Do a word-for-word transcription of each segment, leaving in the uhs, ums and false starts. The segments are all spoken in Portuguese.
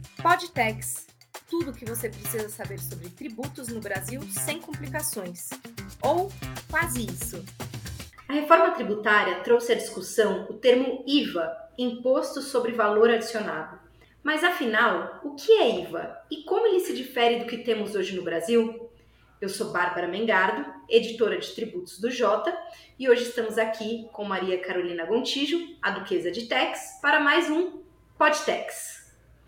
Podtex, tudo o que você precisa saber sobre tributos no Brasil sem complicações. Ou quase isso. A reforma tributária trouxe à discussão o termo I V A, Imposto sobre Valor Adicionado. Mas afinal, o que é I V A e como ele se difere do que temos hoje no Brasil? Eu sou Bárbara Mengardo, editora de tributos do Jota, e hoje estamos aqui com Maria Carolina Gontijo, a Duquesa de Tex, para mais um Podtex.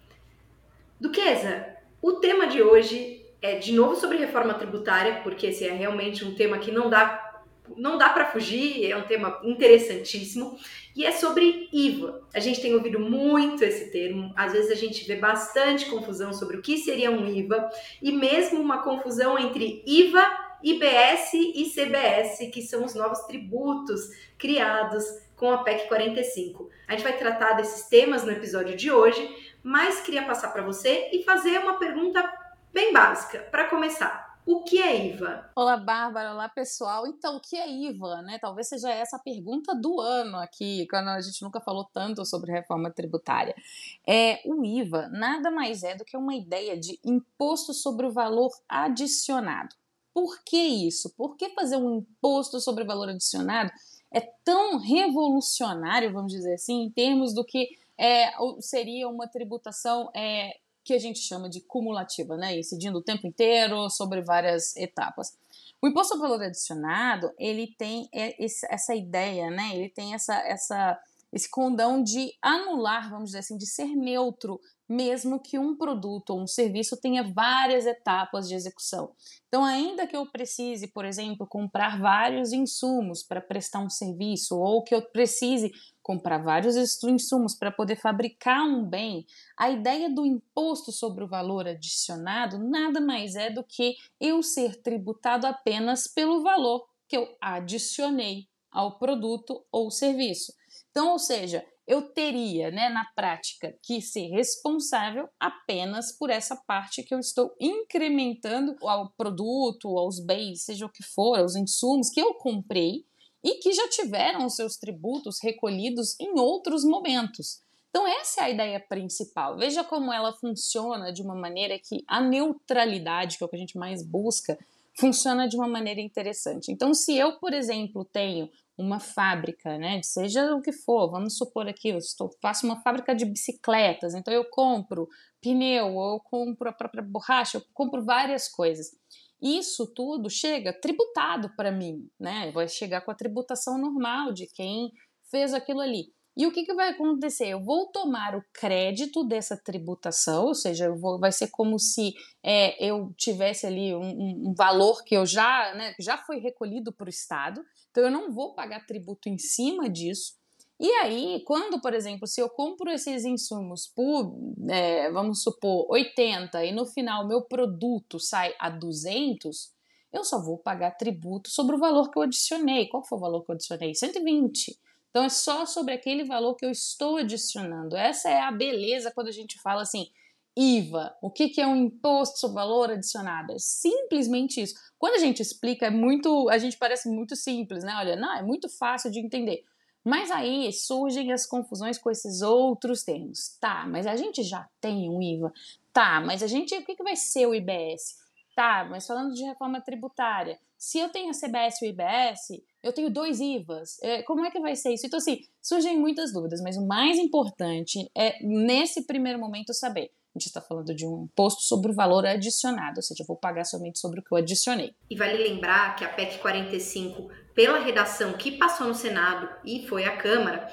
Duquesa, o tema de hoje é de novo sobre reforma tributária, porque esse é realmente um tema que não dá Não dá para fugir, é um tema interessantíssimo, e é sobre I V A. A gente tem ouvido muito esse termo, às vezes a gente vê bastante confusão sobre o que seria um I V A, e mesmo uma confusão entre I V A, I B S e C B S, que são os novos tributos criados com a P E C quarenta e cinco. A gente vai tratar desses temas no episódio de hoje, mas queria passar para você e fazer uma pergunta bem básica, para começar. O que é I V A? Olá, Bárbara. Olá, pessoal. Então, o que é I V A, né? Talvez seja essa a pergunta do ano aqui, quando a gente nunca falou tanto sobre reforma tributária. É, o I V A nada mais é do que uma ideia de imposto sobre o valor adicionado. Por que isso? Por que fazer um imposto sobre o valor adicionado é tão revolucionário, vamos dizer assim, em termos do que é, seria uma tributação é, que a gente chama de cumulativa, né, incidindo o tempo inteiro sobre várias etapas. O imposto sobre valor adicionado, ele tem essa ideia, né, ele tem essa, essa, esse condão de anular, vamos dizer assim, de ser neutro, mesmo que um produto ou um serviço tenha várias etapas de execução. Então, ainda que eu precise, por exemplo, comprar vários insumos para prestar um serviço, ou que eu precise comprar vários insumos para poder fabricar um bem, a ideia do imposto sobre o valor adicionado nada mais é do que eu ser tributado apenas pelo valor que eu adicionei ao produto ou serviço. Então, ou seja, eu teria, né, na prática, que ser responsável apenas por essa parte que eu estou incrementando ao produto, aos bens, seja o que for, aos insumos que eu comprei e que já tiveram os seus tributos recolhidos em outros momentos. Então essa é a ideia principal. Veja como ela funciona de uma maneira que a neutralidade, que é o que a gente mais busca, funciona de uma maneira interessante. Então se eu, por exemplo, tenho uma fábrica, né, seja o que for, vamos supor aqui, eu estou, faço uma fábrica de bicicletas, então eu compro pneu, ou eu compro a própria borracha, eu compro várias coisas. Isso tudo chega tributado para mim, né? Vai chegar com a tributação normal de quem fez aquilo ali. E o que, que vai acontecer? Eu vou tomar o crédito dessa tributação, ou seja, eu vou, vai ser como se é, eu tivesse ali um, um valor que eu já, né, já foi recolhido para o Estado, então eu não vou pagar tributo em cima disso. E aí, quando, por exemplo, se eu compro esses insumos por, é, vamos supor, oitenta e no final meu produto sai a duzentos, eu só vou pagar tributo sobre o valor que eu adicionei. Qual foi o valor que eu adicionei? cento e vinte. Então é só sobre aquele valor que eu estou adicionando. Essa é a beleza quando a gente fala assim, I V A. O que, que é um imposto sobre valor adicionado? É simplesmente isso. Quando a gente explica, é muito, a gente parece muito simples, né? Olha, não, é muito fácil de entender. Mas aí surgem as confusões com esses outros termos. Tá, mas a gente já tem um I V A. Tá, mas a gente, o que, que vai ser o I B S? Tá, mas falando de reforma tributária, se eu tenho a C B S e o I B S, eu tenho dois I V As. É, como é que vai ser isso? Então, assim, surgem muitas dúvidas, mas o mais importante é, nesse primeiro momento, saber. A gente está falando de um imposto sobre o valor adicionado, ou seja, eu vou pagar somente sobre o que eu adicionei. E vale lembrar que a P E C quarenta e cinco, pela redação que passou no Senado e foi à Câmara,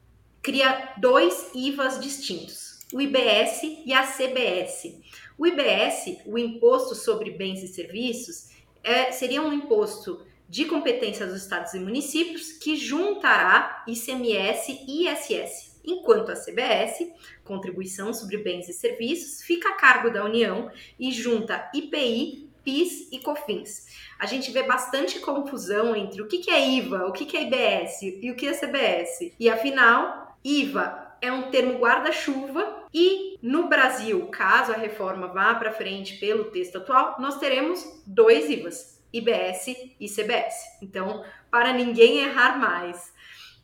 cria dois I V As distintos, o I B S e a C B S. O I B S, o Imposto sobre Bens e Serviços, é, seria um imposto de competência dos estados e municípios que juntará I C M S e I S S, enquanto a C B S, Contribuição sobre Bens e Serviços, fica a cargo da União e junta I P I, PIS e COFINS. A gente vê bastante confusão entre o que é I V A, o que é I B S e o que é C B S. E afinal, I V A é um termo guarda-chuva e no Brasil, caso a reforma vá para frente pelo texto atual, nós teremos dois I V As, I B S e C B S. Então, para ninguém errar mais.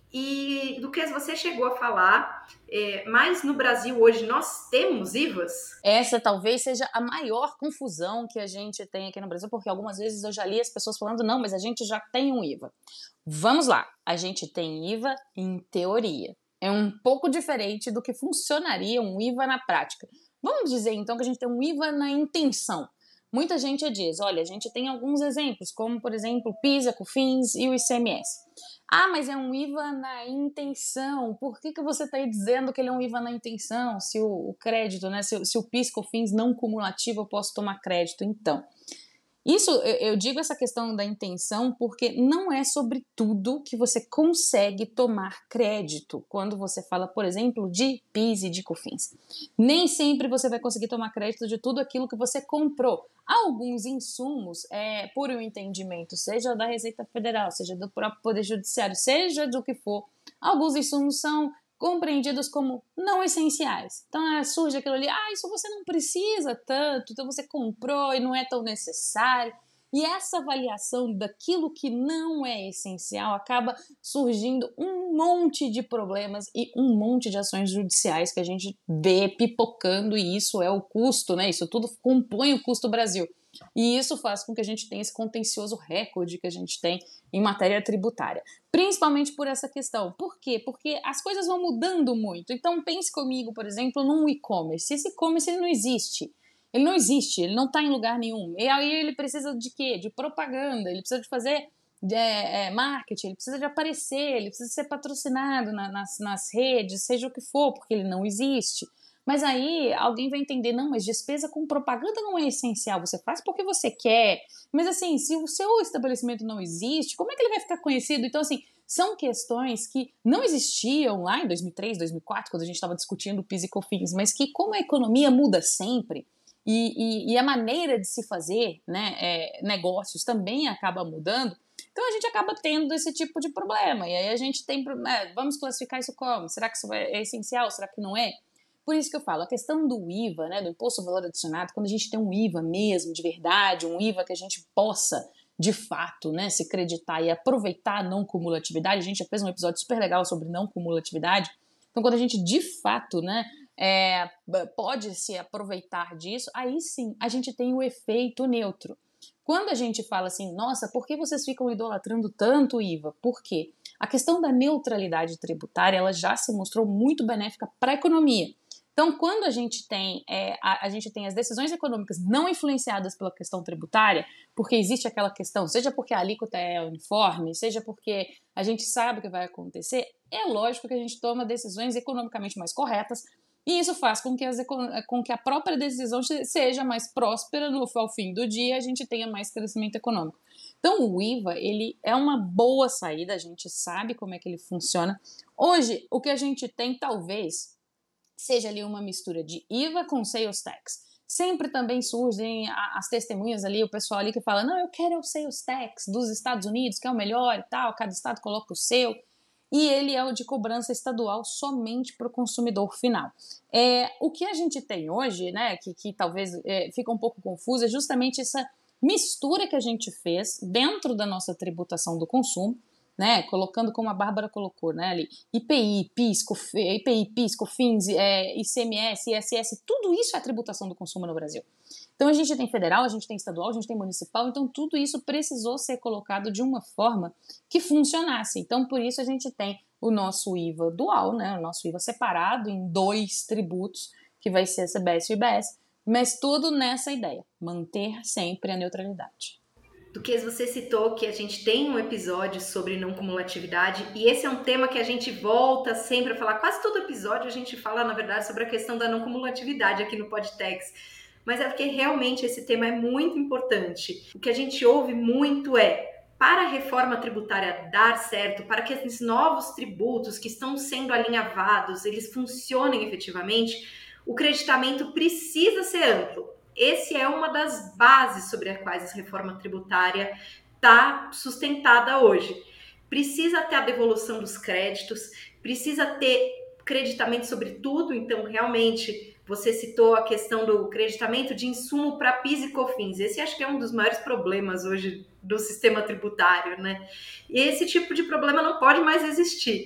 E do que você chegou a falar, é, mas no Brasil hoje nós temos I V As? Essa talvez seja a maior confusão que a gente tem aqui no Brasil, porque algumas vezes eu já li as pessoas falando, não, mas a gente já tem um I V A. Vamos lá, a gente tem I V A em teoria. É um pouco diferente do que funcionaria um I V A na prática. Vamos dizer então que a gente tem um I V A na intenção. Muita gente diz, olha, a gente tem alguns exemplos, como por exemplo o PIS, a COFINS e o I C M S. Ah, mas é um I V A na intenção. Por que, que você está aí dizendo que ele é um I V A na intenção? Se o, o crédito, né? Se, se o PIS, COFINS não cumulativo, eu posso tomar crédito. Então, isso eu, eu digo essa questão da intenção porque não é sobre tudo que você consegue tomar crédito quando você fala, por exemplo, de PIS e de COFINS. Nem sempre você vai conseguir tomar crédito de tudo aquilo que você comprou. Alguns insumos, é, por um entendimento, seja da Receita Federal, seja do próprio Poder Judiciário, seja do que for, alguns insumos são compreendidos como não essenciais. Então é, surge aquilo ali, ah, isso você não precisa tanto, então você comprou e não é tão necessário. E essa avaliação daquilo que não é essencial acaba surgindo um monte de problemas e um monte de ações judiciais que a gente vê pipocando, e isso é o custo, né? Isso tudo compõe o custo Brasil. E isso faz com que a gente tenha esse contencioso recorde que a gente tem em matéria tributária. Principalmente por essa questão. Por quê? Porque as coisas vão mudando muito. Então pense comigo, por exemplo, num e-commerce. Esse e-commerce ele não existe. Ele não existe, ele não está em lugar nenhum. E aí ele precisa de quê? De propaganda, ele precisa de fazer é, é, marketing, ele precisa de aparecer, ele precisa ser patrocinado na, nas, nas redes, seja o que for, porque ele não existe. Mas aí alguém vai entender, não, mas despesa com propaganda não é essencial, você faz porque você quer. Mas assim, se o seu estabelecimento não existe, como é que ele vai ficar conhecido? Então assim, são questões que não existiam lá em dois mil e três, dois mil e quatro, quando a gente estava discutindo o PIS e COFINS, mas que como a economia muda sempre, e, e, e a maneira de se fazer, né, é, negócios também acaba mudando, então a gente acaba tendo esse tipo de problema. E aí a gente tem, é, vamos classificar isso como? Será que isso é essencial? Será que não é? Por isso que eu falo, a questão do I V A, né, do Imposto ao Valor Adicionado, quando a gente tem um I V A mesmo, de verdade, um I V A que a gente possa, de fato, né, se creditar e aproveitar a não cumulatividade, a gente já fez um episódio super legal sobre não cumulatividade, então quando a gente de fato, né, é, pode se aproveitar disso, aí sim a gente tem o efeito neutro. Quando a gente fala assim, nossa, por que vocês ficam idolatrando tanto o I V A? Por quê? A questão da neutralidade tributária, ela já se mostrou muito benéfica para a economia. Então, quando a gente tem é, a, a gente tem as decisões econômicas não influenciadas pela questão tributária, porque existe aquela questão, seja porque a alíquota é uniforme, seja porque a gente sabe o que vai acontecer, é lógico que a gente toma decisões economicamente mais corretas, e isso faz com que, as, com que a própria decisão seja mais próspera no, ao fim do dia, a gente tenha mais crescimento econômico. Então, o I V A, ele é uma boa saída, a gente sabe como é que ele funciona. Hoje, o que a gente tem, talvez, seja ali uma mistura de I V A com Sales Tax. Sempre também surgem as testemunhas ali, o pessoal ali que fala, não, eu quero o Sales Tax dos Estados Unidos, que é o melhor e tal, cada estado coloca o seu. E ele é o de cobrança estadual somente para o consumidor final. É, o que a gente tem hoje, né, que, que talvez é, fica um pouco confuso, é justamente essa mistura que a gente fez dentro da nossa tributação do consumo, né, colocando como a Bárbara colocou, né, ali, I P I, PIS, COF, I P I, PIS, COFINS, é, I C M S, I S S, tudo isso é a tributação do consumo no Brasil. Então a gente tem federal, a gente tem estadual, a gente tem municipal, então tudo isso precisou ser colocado de uma forma que funcionasse. Então por isso a gente tem o nosso I V A dual, né, o nosso I V A separado em dois tributos, que vai ser a C B S e o I B S, mas tudo nessa ideia, manter sempre a neutralidade. Do que você citou que a gente tem um episódio sobre não cumulatividade, e esse é um tema que a gente volta sempre a falar, quase todo episódio a gente fala, na verdade, sobre a questão da não cumulatividade aqui no Podtex, mas é porque realmente esse tema é muito importante. O que a gente ouve muito é, para a reforma tributária dar certo, para que esses novos tributos que estão sendo alinhavados, eles funcionem efetivamente, o creditamento precisa ser amplo. Esse é uma das bases sobre as quais a reforma tributária está sustentada hoje. Precisa ter a devolução dos créditos, precisa ter creditamento sobre tudo, então realmente você citou a questão do creditamento de insumo para PIS e COFINS. Esse acho que é um dos maiores problemas hoje do sistema tributário, né? E esse tipo de problema não pode mais existir.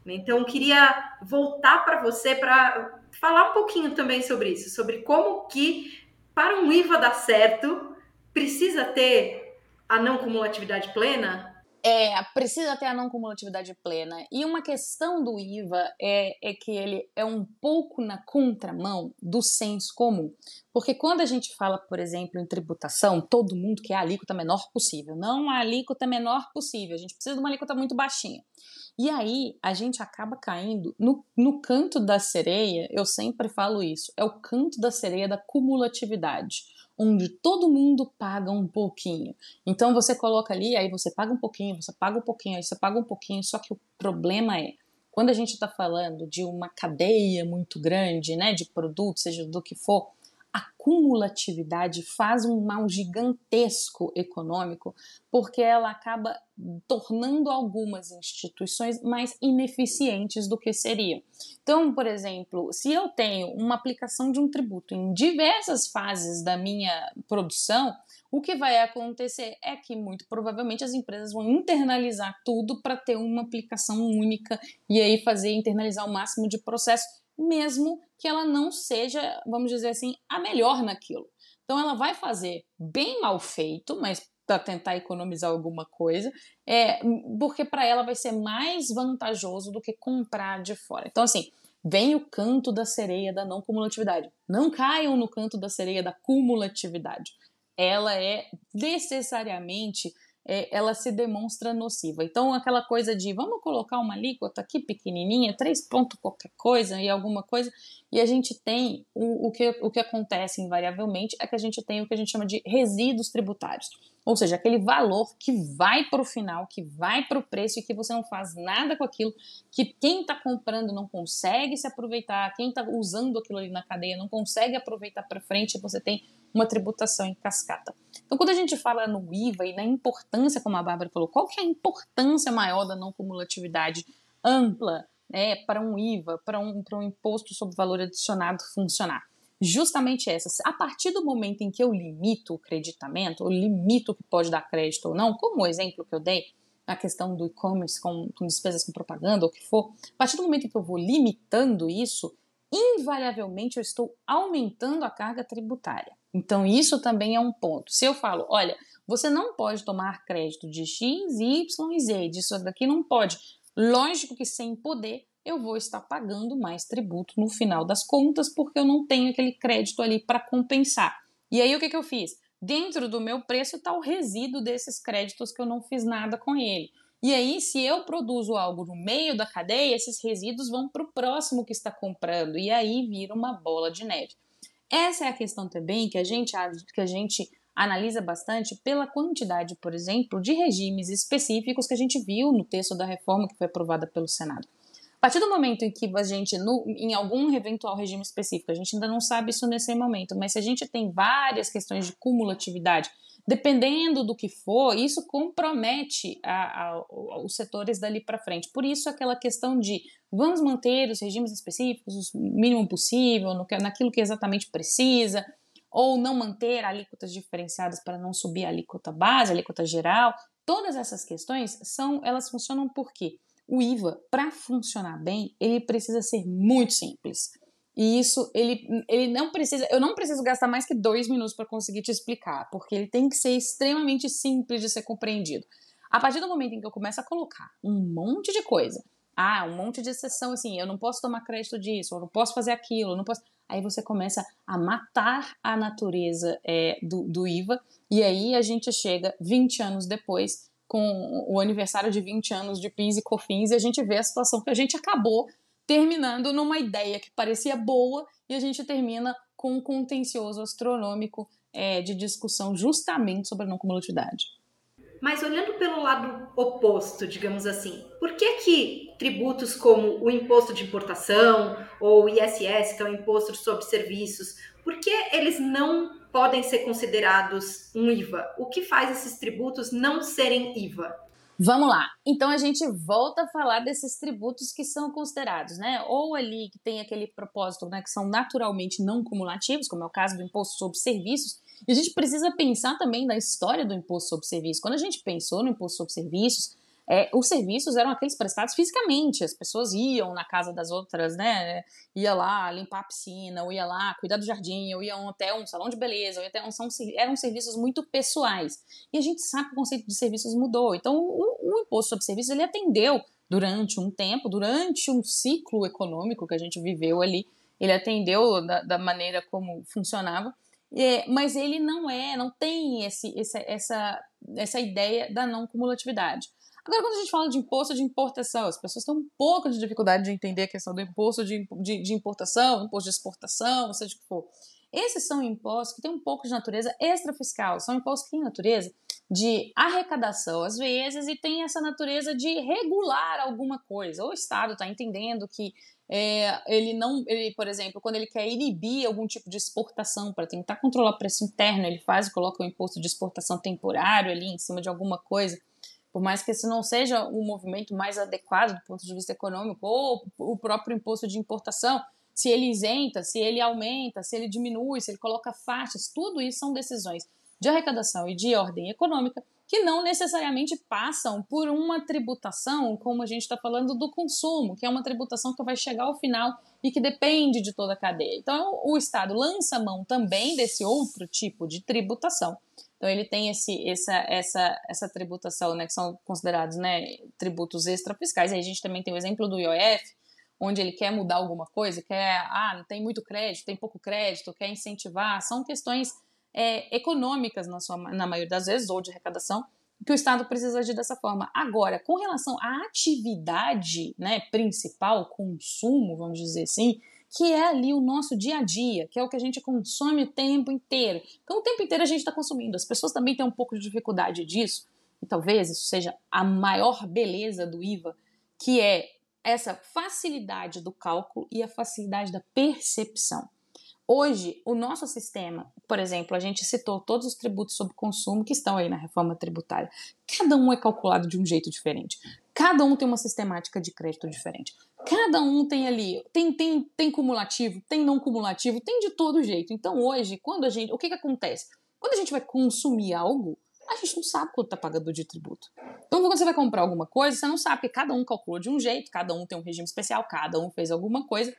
Então, eu queria voltar para você para falar um pouquinho também sobre isso, sobre como que, para um I V A dar certo, precisa ter a não cumulatividade plena? É, precisa ter a não cumulatividade plena. E uma questão do I V A é, é que ele é um pouco na contramão do senso comum. Porque quando a gente fala, por exemplo, em tributação, todo mundo quer a alíquota menor possível. Não a alíquota menor possível, a gente precisa de uma alíquota muito baixinha. E aí a gente acaba caindo no, no canto da sereia, eu sempre falo isso, é o canto da sereia da cumulatividade, onde todo mundo paga um pouquinho. Então você coloca ali, aí você paga um pouquinho, você paga um pouquinho, aí você paga um pouquinho, só que o problema é, quando a gente está falando de uma cadeia muito grande, né, de produtos, seja do que for, a cumulatividade faz um mal gigantesco econômico, porque ela acaba tornando algumas instituições mais ineficientes do que seriam. Então, por exemplo, se eu tenho uma aplicação de um tributo em diversas fases da minha produção, o que vai acontecer é que, muito provavelmente, as empresas vão internalizar tudo para ter uma aplicação única e aí fazer internalizar o máximo de processo, mesmo que ela não seja, vamos dizer assim, a melhor naquilo. Então ela vai fazer bem mal feito, mas para tentar economizar alguma coisa, é, porque para ela vai ser mais vantajoso do que comprar de fora. Então assim, vem o canto da sereia da não cumulatividade. Não caiam no canto da sereia da cumulatividade. Ela é necessariamente... É, ela se demonstra nociva. Então, aquela coisa de vamos colocar uma alíquota aqui pequenininha, três pontos qualquer coisa e alguma coisa, e a gente tem o, o, que, o que acontece invariavelmente é que a gente tem o que a gente chama de resíduos tributários. Ou seja, aquele valor que vai para o final, que vai para o preço e que você não faz nada com aquilo, que quem está comprando não consegue se aproveitar, quem está usando aquilo ali na cadeia não consegue aproveitar para frente, e você tem uma tributação em cascata. Então, quando a gente fala no I V A e na importância, como a Bárbara falou, qual que é a importância maior da não cumulatividade ampla, né, para um I V A, para um, para um imposto sobre valor adicionado funcionar? Justamente essa. A partir do momento em que eu limito o creditamento, eu limito o que pode dar crédito ou não, como o exemplo que eu dei, a questão do e-commerce com, com despesas com propaganda ou o que for, a partir do momento em que eu vou limitando isso, invariavelmente eu estou aumentando a carga tributária. Então isso também é um ponto. Se eu falo, olha, você não pode tomar crédito de X, Y e Z, disso daqui não pode. Lógico que sem poder eu vou estar pagando mais tributo no final das contas, porque eu não tenho aquele crédito ali para compensar. E aí o que, que eu fiz? Dentro do meu preço está o resíduo desses créditos que eu não fiz nada com ele. E aí, se eu produzo algo no meio da cadeia, esses resíduos vão para o próximo que está comprando, e aí vira uma bola de neve. Essa é a questão também que a gente, que a gente analisa bastante pela quantidade, por exemplo, de regimes específicos que a gente viu no texto da reforma que foi aprovada pelo Senado. A partir do momento em que a gente, no, em algum eventual regime específico, a gente ainda não sabe isso nesse momento, mas se a gente tem várias questões de cumulatividade, dependendo do que for, isso compromete a, a, os setores dali para frente. Por isso, aquela questão de vamos manter os regimes específicos o mínimo possível, no que, naquilo que exatamente precisa, ou não manter alíquotas diferenciadas para não subir a alíquota base, a alíquota geral. Todas essas questões, são, elas funcionam por quê? O I V A, para funcionar bem, ele precisa ser muito simples. E isso, ele, ele não precisa, eu não preciso gastar mais que dois minutos para conseguir te explicar, porque ele tem que ser extremamente simples de ser compreendido. A partir do momento em que eu começo a colocar um monte de coisa, ah, um monte de exceção, assim, eu não posso tomar crédito disso, eu não posso fazer aquilo, eu não posso... Aí você começa a matar a natureza é, do, do I V A, e aí a gente chega vinte anos depois, com o aniversário de vinte anos de PIS e COFINS, e a gente vê a situação que a gente acabou terminando numa ideia que parecia boa, e a gente termina com um contencioso astronômico é, de discussão justamente sobre a não cumulatividade. Mas olhando pelo lado oposto, digamos assim, por que que tributos como o imposto de importação ou o I S S, que é o imposto sobre serviços, por que eles não podem ser considerados um I V A? O que faz esses tributos não serem I V A? Vamos lá. Então a gente volta a falar desses tributos que são considerados, né? Ou ali que tem aquele propósito, né, que são naturalmente não cumulativos, como é o caso do imposto sobre serviços. E a gente precisa pensar também na história do imposto sobre serviços. Quando a gente pensou no imposto sobre serviços, É, os serviços eram aqueles prestados fisicamente, as pessoas iam na casa das outras, né, ia lá limpar a piscina, ou ia lá cuidar do jardim, ou iam até um salão de beleza, ou ia até um, são, eram serviços muito pessoais. E a gente sabe que o conceito de serviços mudou. Então, o, o imposto sobre serviços, ele atendeu durante um tempo, durante um ciclo econômico que a gente viveu ali, ele atendeu da, da maneira como funcionava, é, mas ele não é, não tem esse, esse, essa, essa ideia da não cumulatividade. Agora, quando a gente fala de imposto de importação, as pessoas têm um pouco de dificuldade de entender a questão do imposto de, de, de importação, imposto de exportação, seja o que for. Esses são impostos que têm um pouco de natureza extrafiscal, são impostos que têm natureza de arrecadação, às vezes, e tem essa natureza de regular alguma coisa. O Estado está entendendo que é, ele não, ele, por exemplo, quando ele quer inibir algum tipo de exportação para tentar controlar o preço interno, ele faz e coloca o imposto de exportação temporário ali em cima de alguma coisa. Por mais que esse não seja o movimento mais adequado do ponto de vista econômico, ou o próprio imposto de importação, se ele isenta, se ele aumenta, se ele diminui, se ele coloca faixas, tudo isso são decisões de arrecadação e de ordem econômica que não necessariamente passam por uma tributação, como a gente está falando do consumo, que é uma tributação que vai chegar ao final e que depende de toda a cadeia. Então, o Estado lança mão também desse outro tipo de tributação. Então, ele tem esse, essa, essa, essa tributação, né, que são considerados, né, tributos extrafiscais. Aí a gente também tem o exemplo do I O F, onde ele quer mudar alguma coisa, quer, ah, não tem muito crédito, tem pouco crédito, quer incentivar. São questões é, econômicas, na, sua, na maioria das vezes, ou de arrecadação, que o Estado precisa agir dessa forma. Agora, com relação à atividade, né, principal, consumo, vamos dizer assim, que é ali o nosso dia a dia, que é o que a gente consome o tempo inteiro. Então, o tempo inteiro a gente está consumindo. As pessoas também têm um pouco de dificuldade disso, e talvez isso seja a maior beleza do I V A, que é essa facilidade do cálculo e a facilidade da percepção. Hoje, o nosso sistema, por exemplo, a gente citou todos os tributos sobre consumo que estão aí na reforma tributária. Cada um é calculado de um jeito diferente. Cada um tem uma sistemática de crédito diferente. Cada um tem ali, tem, tem, tem cumulativo, tem não cumulativo, tem de todo jeito. Então hoje, quando a gente, o que que acontece? Quando a gente vai consumir algo, a gente não sabe quanto está pagando de tributo. Então quando você vai comprar alguma coisa, você não sabe, porque cada um calculou de um jeito, cada um tem um regime especial, cada um fez alguma coisa.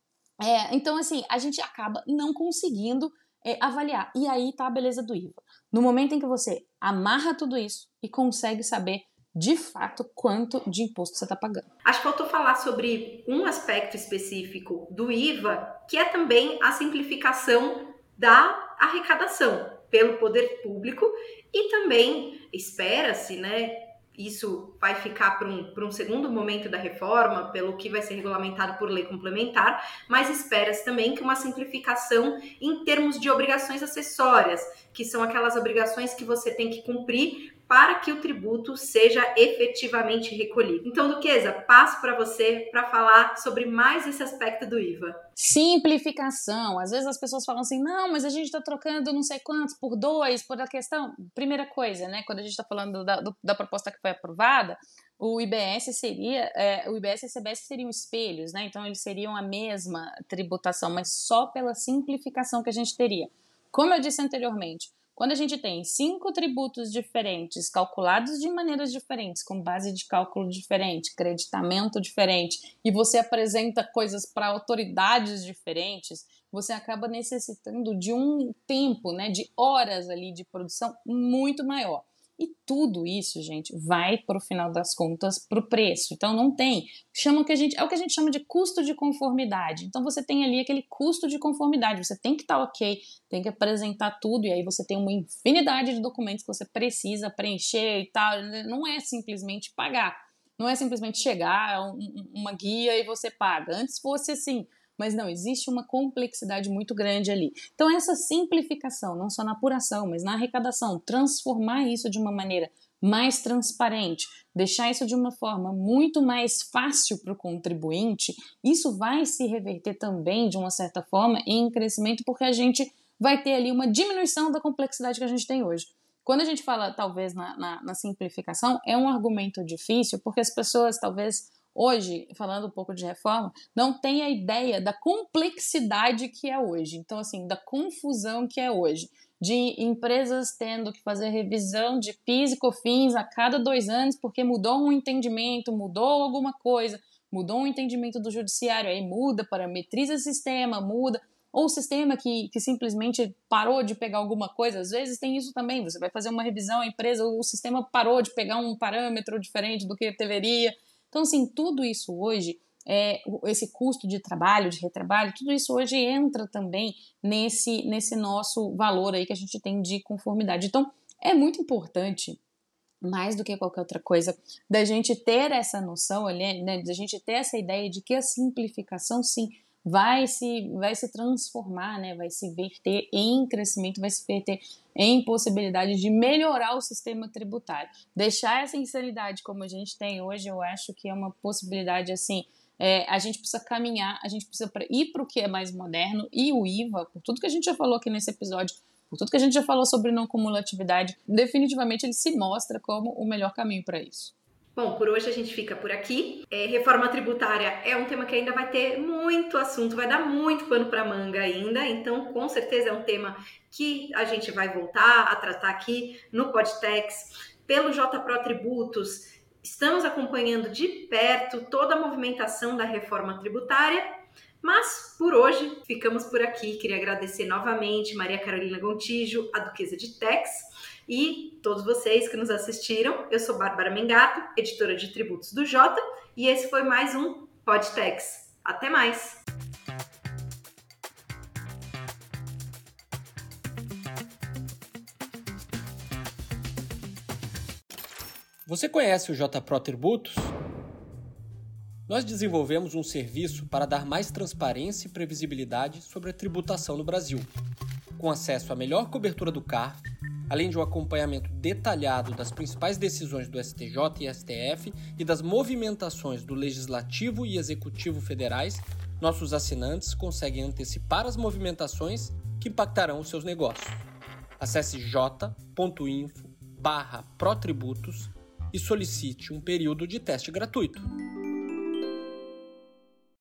É, então assim, a gente acaba não conseguindo é, avaliar. E aí tá a beleza do I V A. No momento em que você amarra tudo isso e consegue saber de fato quanto de imposto você está pagando. Acho que faltou falar sobre um aspecto específico do I V A, que é também a simplificação da arrecadação pelo poder público, e também espera-se, né, isso vai ficar para um, para um segundo momento da reforma, pelo que vai ser regulamentado por lei complementar, mas espera-se também que uma simplificação em termos de obrigações acessórias, que são aquelas obrigações que você tem que cumprir para que o tributo seja efetivamente recolhido. Então, Duquesa, passo para você para falar sobre mais esse aspecto do I V A. Simplificação. Às vezes as pessoas falam assim, não, mas a gente está trocando não sei quantos por dois, por a questão... Primeira coisa, né, quando a gente está falando da, do, da proposta que foi aprovada, o I B S seria, é, o I B S e a C B S seriam espelhos, né, então eles seriam a mesma tributação, mas só pela simplificação que a gente teria. Como eu disse anteriormente, quando a gente tem cinco tributos diferentes, calculados de maneiras diferentes, com base de cálculo diferente, creditamento diferente, e você apresenta coisas para autoridades diferentes, você acaba necessitando de um tempo, né, de horas ali de produção muito maior. E tudo isso, gente, vai para o final das contas para o preço. Então não tem, chama o que a gente, é o que a gente chama de custo de conformidade. Então você tem ali aquele custo de conformidade, você tem que estar ok, tem que apresentar tudo, e aí você tem uma infinidade de documentos que você precisa preencher e tal. Não é simplesmente pagar, não é simplesmente chegar um, uma guia e você paga. Antes fosse assim, mas não, existe uma complexidade muito grande ali. Então essa simplificação, não só na apuração, mas na arrecadação, transformar isso de uma maneira mais transparente, deixar isso de uma forma muito mais fácil para o contribuinte, isso vai se reverter também, de uma certa forma, em crescimento, porque a gente vai ter ali uma diminuição da complexidade que a gente tem hoje. Quando a gente fala, talvez, na, na, na simplificação, é um argumento difícil, porque as pessoas, talvez, hoje, falando um pouco de reforma, não tem a ideia da complexidade que é hoje. Então, assim, da confusão que é hoje. De empresas tendo que fazer revisão de PIS e COFINS a cada dois anos porque mudou um entendimento, mudou alguma coisa, mudou um entendimento do judiciário, aí muda, parametriza o sistema, muda, ou o sistema que, que simplesmente parou de pegar alguma coisa, às vezes tem isso também, você vai fazer uma revisão, a empresa, o sistema parou de pegar um parâmetro diferente do que deveria. Então, assim, tudo isso hoje, é, esse custo de trabalho, de retrabalho, tudo isso hoje entra também nesse, nesse nosso valor aí que a gente tem de conformidade. Então, é muito importante, mais do que qualquer outra coisa, da gente ter essa noção, né, da gente ter essa ideia de que a simplificação, sim, vai se, vai se transformar, né, vai se verter em crescimento, vai se verter em possibilidade de melhorar o sistema tributário. Deixar essa insanidade como a gente tem hoje, eu acho que é uma possibilidade, assim, é, a gente precisa caminhar, a gente precisa ir para o que é mais moderno, e o I V A, por tudo que a gente já falou aqui nesse episódio, por tudo que a gente já falou sobre não cumulatividade, definitivamente ele se mostra como o melhor caminho para isso. Bom, por hoje a gente fica por aqui. É, reforma tributária é um tema que ainda vai ter muito assunto, vai dar muito pano para manga ainda, então com certeza é um tema que a gente vai voltar a tratar aqui no Podtex. Pelo J Pro Tributos, estamos acompanhando de perto toda a movimentação da reforma tributária, mas por hoje ficamos por aqui. Queria agradecer novamente Maria Carolina Gontijo, a Duquesa de Tex, e todos vocês que nos assistiram. Eu sou Bárbara Mengato, editora de tributos do Jota, e esse foi mais um Podtex. Até mais! Você conhece o J Pro Tributos? Nós desenvolvemos um serviço para dar mais transparência e previsibilidade sobre a tributação no Brasil, com acesso à melhor cobertura do C A R F, além de um acompanhamento detalhado das principais decisões do S T J e S T F e das movimentações do Legislativo e Executivo federais. Nossos assinantes conseguem antecipar as movimentações que impactarão os seus negócios. Acesse j.info barra protributos e solicite um período de teste gratuito.